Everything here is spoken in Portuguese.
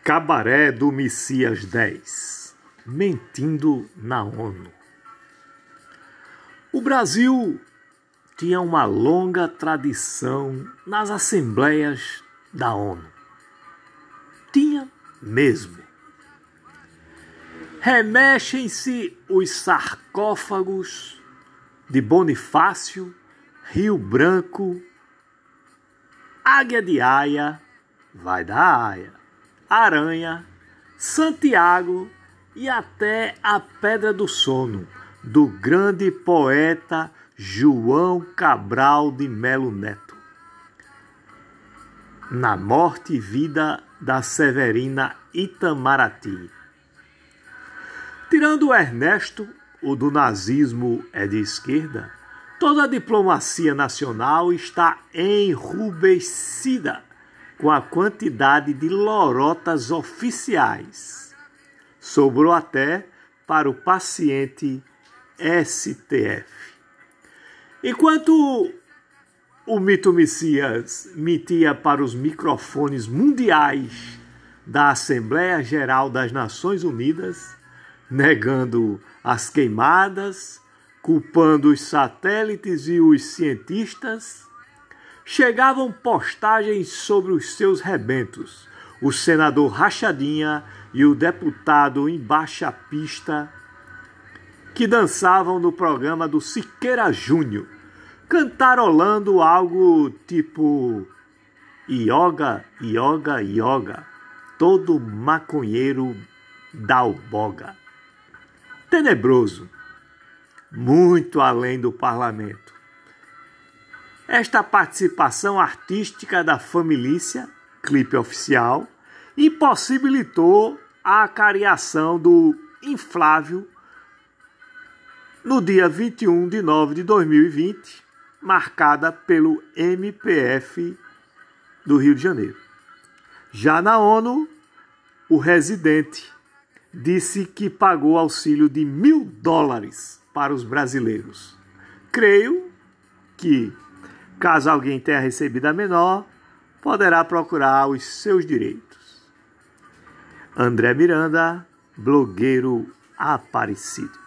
Cabaré do Messias 10, mentindo na ONU. O Brasil tinha uma longa tradição nas assembleias da ONU. Tinha mesmo. Remexem-se os sarcófagos de Bonifácio, Rio Branco, Águia de Aia, vai da Aia, Aranha, Santiago e até a Pedra do Sono, do grande poeta João Cabral de Melo Neto. Na morte e vida da Severina Itamaraty. Tirando o Ernesto, o do nazismo é de esquerda, toda a diplomacia nacional está enrubescida com a quantidade de lorotas oficiais. Sobrou até para o paciente STF. Enquanto o mito Messias mentia para os microfones mundiais da Assembleia Geral das Nações Unidas, negando as queimadas, culpando os satélites e os cientistas, chegavam postagens sobre os seus rebentos, o senador Rachadinha e o deputado Embaixa Pista, que dançavam no programa do Siqueira Júnior, cantarolando algo tipo Ioga, ioga, ioga, todo maconheiro da uboga. Tenebroso, muito além do parlamento. Esta participação artística da família, clipe oficial, impossibilitou a cariação do inflável no dia 21 de nove de 2020, marcada pelo MPF do Rio de Janeiro. Já na ONU, o residente disse que pagou auxílio de $1.000 para os brasileiros. Creio que, caso alguém tenha recebido a menor, poderá procurar os seus direitos. André Miranda, blogueiro Aparecido.